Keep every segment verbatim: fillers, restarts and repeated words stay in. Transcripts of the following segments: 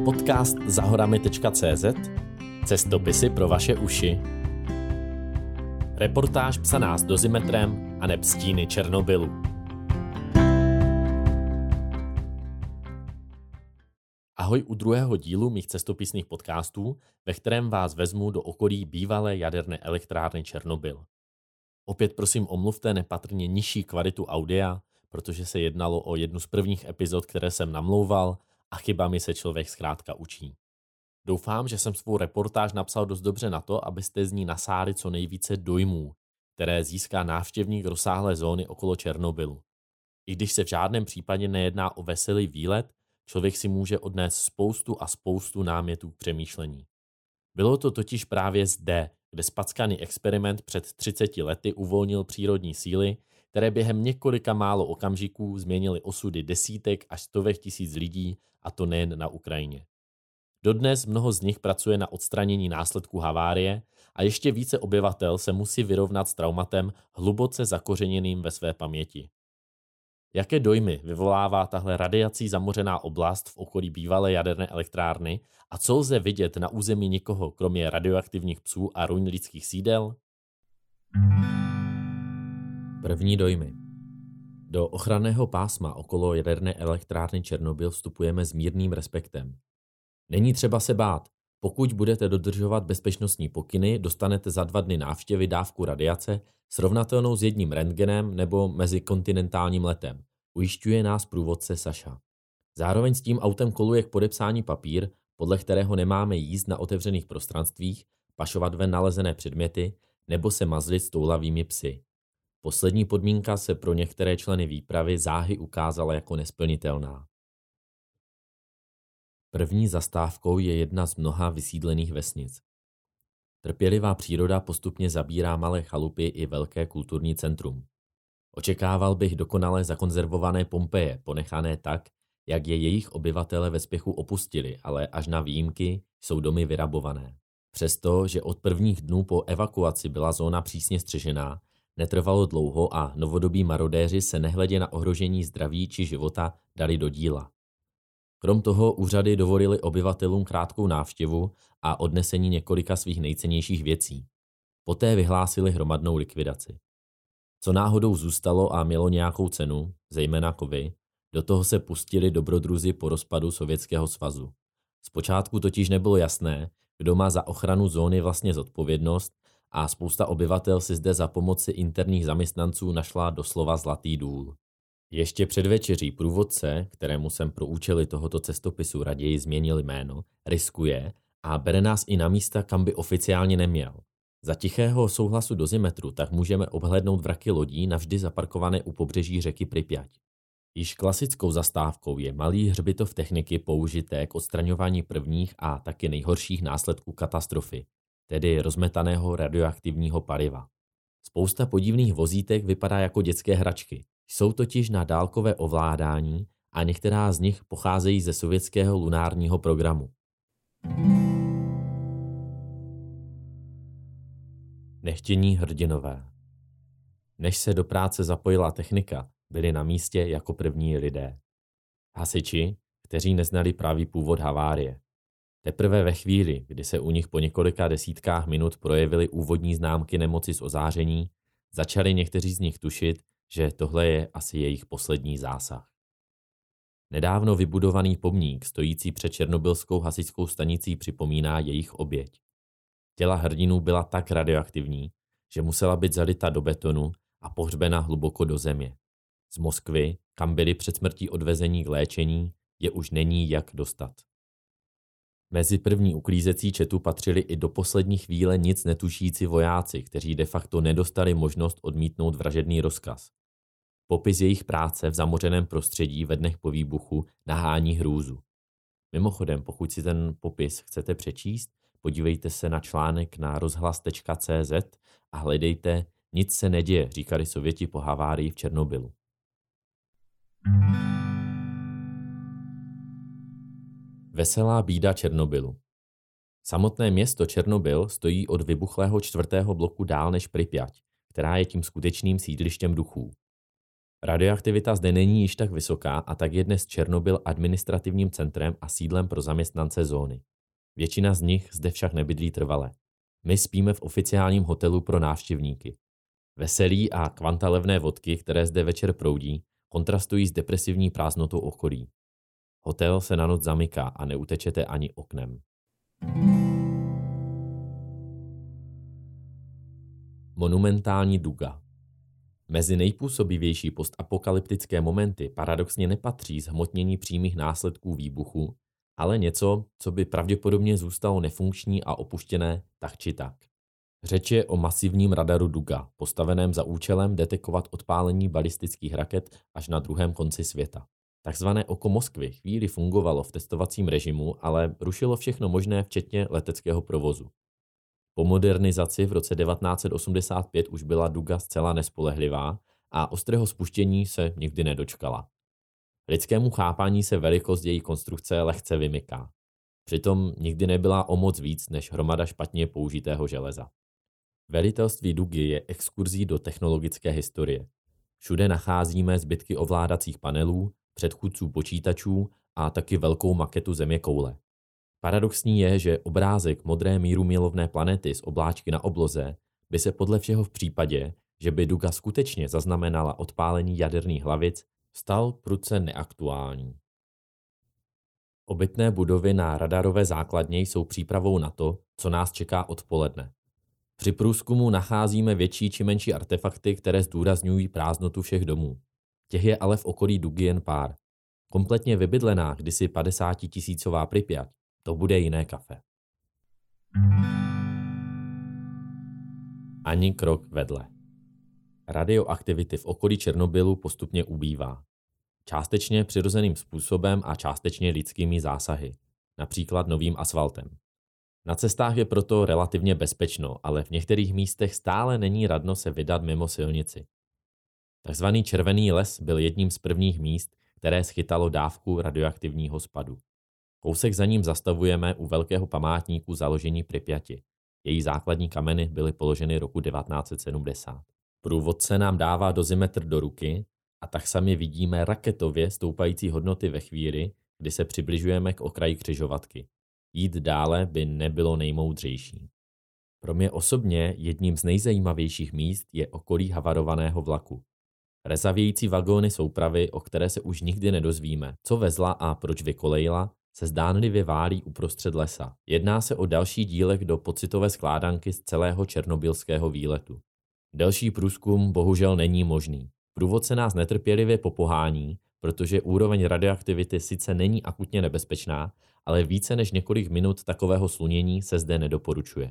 podcast za horami tečka cé zet, cestopisy pro vaše uši. Reportáž psaná s dozimetrem a neb stíny Černobylu. Ahoj u druhého dílu mých cestopisných podcastů, ve kterém vás vezmu do okolí bývalé jaderné elektrárny Černobyl. Opět prosím omluvte nepatrně nižší kvalitu audia, protože se jednalo o jednu z prvních epizod, které jsem namlouval a chybami se člověk zkrátka učí. Doufám, že jsem svou reportáž napsal dost dobře na to, abyste z ní nasáli co nejvíce dojmů, které získá návštěvník rozsáhlé zóny okolo Černobylu. I když se v žádném případě nejedná o veselý výlet, člověk si může odnést spoustu a spoustu námětů k přemýšlení. Bylo to totiž právě zde, kde spackaný experiment před třiceti lety uvolnil přírodní síly, které během několika málo okamžiků změnily osudy desítek až stovek tisíc lidí, a to nejen na Ukrajině. Dodnes mnoho z nich pracuje na odstranění následků havárie a ještě více obyvatel se musí vyrovnat s traumatem hluboce zakořeněným ve své paměti. Jaké dojmy vyvolává tahle radiací zamořená oblast v okolí bývalé jaderné elektrárny a co lze vidět na území nikoho kromě radioaktivních psů a ruin lidských sídel? První dojmy. Do ochranného pásma okolo jaderné elektrárny Černobyl vstupujeme s mírným respektem. Není třeba se bát. Pokud budete dodržovat bezpečnostní pokyny, dostanete za dva dny návštěvy dávku radiace srovnatelnou s jedním rentgenem nebo mezikontinentálním letem, ujišťuje nás průvodce Saša. Zároveň s tím autem koluje k podepsání papír, podle kterého nemáme jíst na otevřených prostranstvích, pašovat ven nalezené předměty nebo se mazlit s toulavými psy. Poslední podmínka se pro některé členy výpravy záhy ukázala jako nesplnitelná. První zastávkou je jedna z mnoha vysídlených vesnic. Trpělivá příroda postupně zabírá malé chalupy i velké kulturní centrum. Očekával bych dokonale zakonzervované Pompeje, ponechané tak, jak je jejich obyvatele ve spěchu opustili, ale až na výjimky jsou domy vyrabované. Přesto, že od prvních dnů po evakuaci byla zóna přísně střežená, netrvalo dlouho a novodobí marodéři se nehledě na ohrožení zdraví či života dali do díla. Krom toho úřady dovolily obyvatelům krátkou návštěvu a odnesení několika svých nejcennějších věcí. Poté vyhlásili hromadnou likvidaci. Co náhodou zůstalo a mělo nějakou cenu, zejména kovy, do toho se pustili dobrodruzi po rozpadu Sovětského svazu. Zpočátku totiž nebylo jasné, kdo má za ochranu zóny vlastně zodpovědnost a spousta obyvatel si zde za pomoci interních zaměstnanců našla doslova zlatý důl. Ještě před večeří průvodce, kterému jsem pro účely tohoto cestopisu raději změnil jméno, riskuje a bere nás i na místa, kam by oficiálně neměl. Za tichého souhlasu dozimetru tak můžeme obhlédnout vraky lodí navždy zaparkované u pobřeží řeky Pripjať. Již klasickou zastávkou je malý hřbitov techniky použité k odstraňování prvních a taky nejhorších následků katastrofy, tedy rozmetaného radioaktivního paliva. Spousta podivných vozítek vypadá jako dětské hračky. Jsou totiž na dálkové ovládání a některá z nich pocházejí ze sovětského lunárního programu. Nechtění hrdinové. Než se do práce zapojila technika, byli na místě jako první lidé. Hasiči, kteří neznali pravý původ havárie. Teprve ve chvíli, kdy se u nich po několika desítkách minut projevily úvodní známky nemoci z ozáření, začali někteří z nich tušit, že tohle je asi jejich poslední zásah. Nedávno vybudovaný pomník stojící před černobylskou hasičskou stanicí připomíná jejich oběť. Těla hrdinů byla tak radioaktivní, že musela být zalita do betonu a pohřbena hluboko do země. Z Moskvy, kam byli před smrtí odvezení k léčení, je už není jak dostat. Mezi první uklízecí četu patřili i do poslední chvíle nic netušící vojáci, kteří de facto nedostali možnost odmítnout vražedný rozkaz. Popis jejich práce v zamořeném prostředí ve dnech po výbuchu nahání hrůzu. Mimochodem, pokud si ten popis chcete přečíst, podívejte se na článek na rozhlas tečka cé zet a hledejte Nic se neděje, říkali Sověti po havárii v Černobylu. Veselá bída Černobylu. Samotné město Černobyl stojí od vybuchlého čtvrtého bloku dál než Pripjať, která je tím skutečným sídlištěm duchů. Radioaktivita zde není již tak vysoká a tak je dnes Černobyl administrativním centrem a sídlem pro zaměstnance zóny. Většina z nich zde však nebydlí trvale. My spíme v oficiálním hotelu pro návštěvníky. Veselí a kvanta levné vodky, které zde večer proudí, kontrastují s depresivní prázdnotou okolí. Hotel se na noc zamyká a neutečete ani oknem. Monumentální duga. Mezi nejpůsobivější postapokalyptické momenty paradoxně nepatří zhmotnění přímých následků výbuchu, ale něco, co by pravděpodobně zůstalo nefunkční a opuštěné tak či tak. Řeč je o masivním radaru Duga, postaveném za účelem detekovat odpálení balistických raket až na druhém konci světa. Takzvané oko Moskvy chvíli fungovalo v testovacím režimu, ale rušilo všechno možné včetně leteckého provozu. Po modernizaci v roce devatenáct set osmdesát pět už byla Duga zcela nespolehlivá a ostrého spuštění se nikdy nedočkala. Lidskému chápání se velikost její konstrukce lehce vymyká. Přitom nikdy nebyla o moc víc než hromada špatně použitého železa. Velitelství Dugy je exkurzí do technologické historie. Všude nacházíme zbytky ovládacích panelů, předchůdců počítačů a taky velkou maketu zeměkoule. Paradoxní je, že obrázek modré mírumilovné planety z obláčky na obloze by se podle všeho v případě, že by Duga skutečně zaznamenala odpálení jaderných hlavic, stal prudce neaktuální. Obytné budovy na radarové základně jsou přípravou na to, co nás čeká odpoledne. Při průzkumu nacházíme větší či menší artefakty, které zdůrazňují prázdnotu všech domů. Těch je ale v okolí Dugy jen pár. Kompletně vybydlená kdysi padesátitisícová Pripjať, to bude jiné kafe. Ani krok vedle. Radioaktivity v okolí Černobylu postupně ubývá. Částečně přirozeným způsobem a částečně lidskými zásahy, například novým asfaltem. Na cestách je proto relativně bezpečno, ale v některých místech stále není radno se vydat mimo silnici. Takzvaný Červený les byl jedním z prvních míst, které schytalo dávku radioaktivního spadu. Kousek za ním zastavujeme u velkého památníku založení Pripjati. Její základní kameny byly položeny roku devatenáct set sedmdesát. Průvodce nám dává dozimetr do ruky a tak sami vidíme raketově stoupající hodnoty ve chvíli, kdy se přibližujeme k okraji křižovatky. Jít dále by nebylo nejmoudřejší. Pro mě osobně jedním z nejzajímavějších míst je okolí havarovaného vlaku. Rezavějící vagóny soupravy, o které se už nikdy nedozvíme, co vezla a proč vykolejila, se zdánlivě válí uprostřed lesa. Jedná se o další dílek do pocitové skládanky z celého černobylského výletu. Delší průzkum bohužel není možný. Průvodce nás netrpělivě popohání, protože úroveň radioaktivity sice není akutně nebezpečná, ale více než několik minut takového slunění se zde nedoporučuje.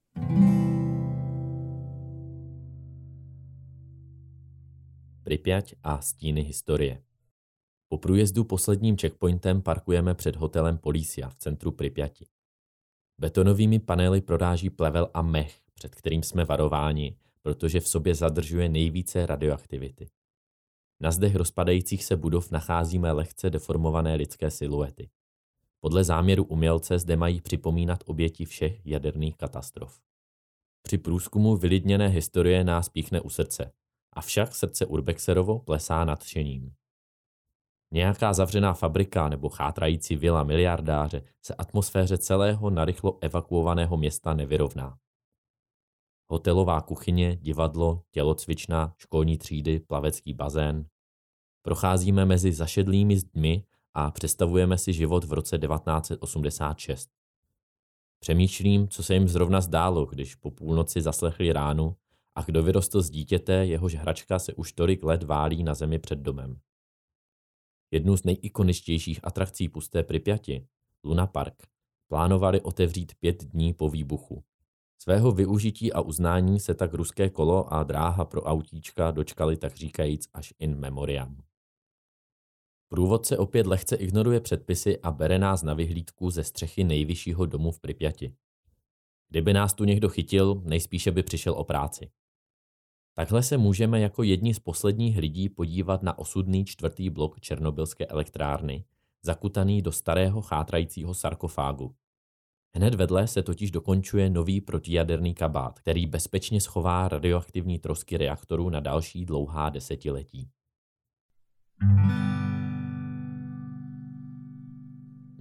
Pripjať a stíny historie. Po průjezdu posledním checkpointem parkujeme před hotelem Polícia v centru Pripjati. Betonovými panely proráží plevel a mech, před kterým jsme varováni, protože v sobě zadržuje nejvíce radioaktivity. Na zdech rozpadajících se budov nacházíme lehce deformované lidské siluety. Podle záměru umělce zde mají připomínat oběti všech jaderných katastrof. Při průzkumu vylidněné historie nás píchne u srdce, avšak srdce Urbexerovo plesá nadšením. Nějaká zavřená fabrika nebo chátrající vila miliardáře se atmosféře celého narychlo evakuovaného města nevyrovná. Hotelová kuchyně, divadlo, tělocvična, školní třídy, plavecký bazén. Procházíme mezi zašedlými zdmi a představujeme si život v roce devatenáct set osmdesát šest. Přemýšlím, co se jim zrovna zdálo, když po půlnoci zaslechli ránu a kdo vyrostl z dítěte, jehož hračka se už tolik let válí na zemi před domem. Jednu z nejikoničtějších atrakcí pusté Pripjati, Luna Park, plánovali otevřít pět dní po výbuchu. Svého využití a uznání se tak ruské kolo a dráha pro autíčka dočkali tak říkajíc až in memoriam. Průvodce opět lehce ignoruje předpisy a bere nás na vyhlídku ze střechy nejvyššího domu v Pripjati. Kdyby nás tu někdo chytil, nejspíše by přišel o práci. Takhle se můžeme jako jedni z posledních lidí podívat na osudný čtvrtý blok černobylské elektrárny, zakutaný do starého chátrajícího sarkofágu. Hned vedle se totiž dokončuje nový protijaderný kabát, který bezpečně schová radioaktivní trosky reaktoru na další dlouhá desetiletí.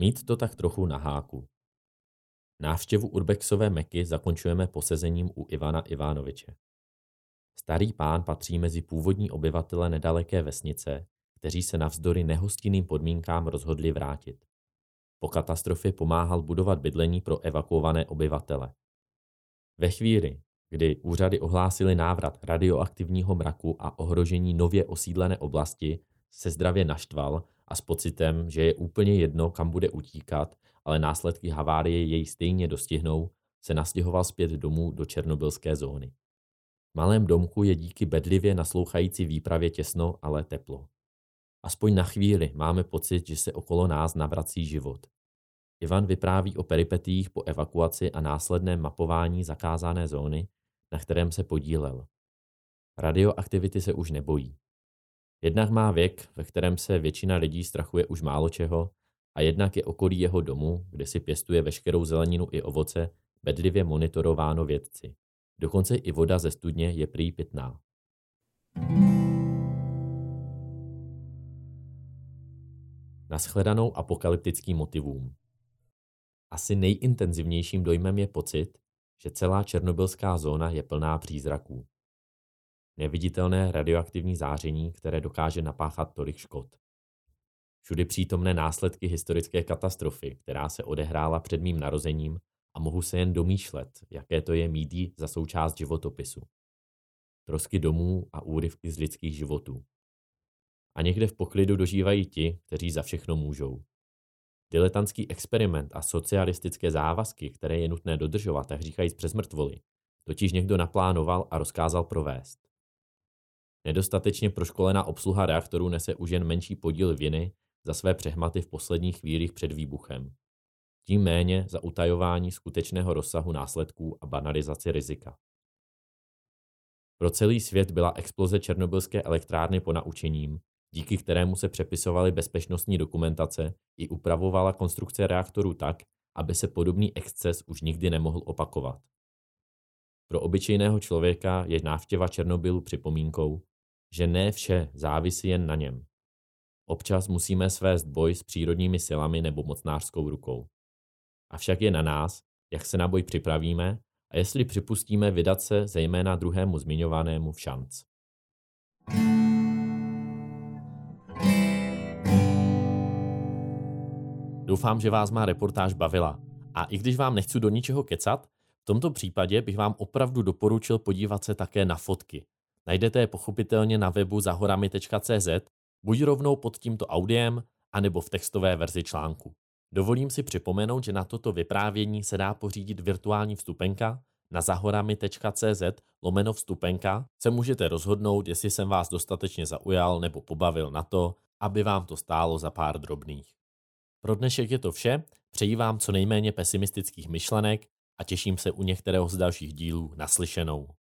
Mít to tak trochu na háku. Návštěvu urbexové Meky zakončujeme posezením u Ivana Ivanoviče. Starý pán patří mezi původní obyvatele nedaleké vesnice, kteří se navzdory nehostinným podmínkám rozhodli vrátit. Po katastrofě pomáhal budovat bydlení pro evakuované obyvatele. Ve chvíli, kdy úřady ohlásily návrat radioaktivního mraku a ohrožení nově osídlené oblasti, se zdravě naštval a s pocitem, že je úplně jedno, kam bude utíkat, ale následky havárie jej stejně dostihnou, se nastěhoval zpět domů do černobylské zóny. V malém domku je díky bedlivě naslouchající výpravě těsno, ale teplo. Aspoň na chvíli máme pocit, že se okolo nás navrací život. Ivan vypráví o peripetiích po evakuaci a následném mapování zakázané zóny, na kterém se podílel. Radioaktivity se už nebojí. Jednak má věk, ve kterém se většina lidí strachuje už málo čeho, a jednak je okolí jeho domu, kde si pěstuje veškerou zeleninu i ovoce, bedlivě monitorováno vědci. Dokonce i voda ze studně je prý pitná. Nashledanou apokalyptickým motivům. Asi nejintenzivnějším dojmem je pocit, že celá černobylská zóna je plná přízraků. Neviditelné radioaktivní záření, které dokáže napáchat tolik škod. Všudy přítomné následky historické katastrofy, která se odehrála před mým narozením, a mohu se jen domýšlet, jaké to je mít ji za součást životopisu. Trosky domů a úryvky z lidských životů. A někde v poklidu dožívají ti, kteří za všechno můžou. Diletantský experiment a socialistické závazky, které je nutné dodržovat, tak říkajíc přes mrtvoly, totiž někdo naplánoval a rozkázal provést. Nedostatečně proškolená obsluha reaktorů nese už jen menší podíl viny za své přehmaty v posledních chvílích před výbuchem. Tím méně za utajování skutečného rozsahu následků a banalizaci rizika. Pro celý svět byla exploze černobylské elektrárny ponaučením, díky kterému se přepisovaly bezpečnostní dokumentace i upravovala konstrukce reaktorů tak, aby se podobný exces už nikdy nemohl opakovat. Pro obyčejného člověka je návštěva Černobylu připomínkou, že ne vše závisí jen na něm. Občas musíme svést boj s přírodními silami nebo mocnářskou rukou. Avšak je na nás, jak se na boj připravíme a jestli připustíme vydat se zejména druhému zmiňovanému v šanc. Doufám, že vás má reportáž bavila. A i když vám nechci do ničeho kecat, v tomto případě bych vám opravdu doporučil podívat se také na fotky. Najdete je pochopitelně na webu zahorami tečka cé zet, buď rovnou pod tímto audiem, anebo v textové verzi článku. Dovolím si připomenout, že na toto vyprávění se dá pořídit virtuální vstupenka. Na zahorami tečka cé zet lomeno vstupenka se můžete rozhodnout, jestli jsem vás dostatečně zaujal nebo pobavil na to, aby vám to stálo za pár drobných. Pro dnešek je to vše, přeji vám co nejméně pesimistických myšlenek a těším se u některého z dalších dílů naslyšenou.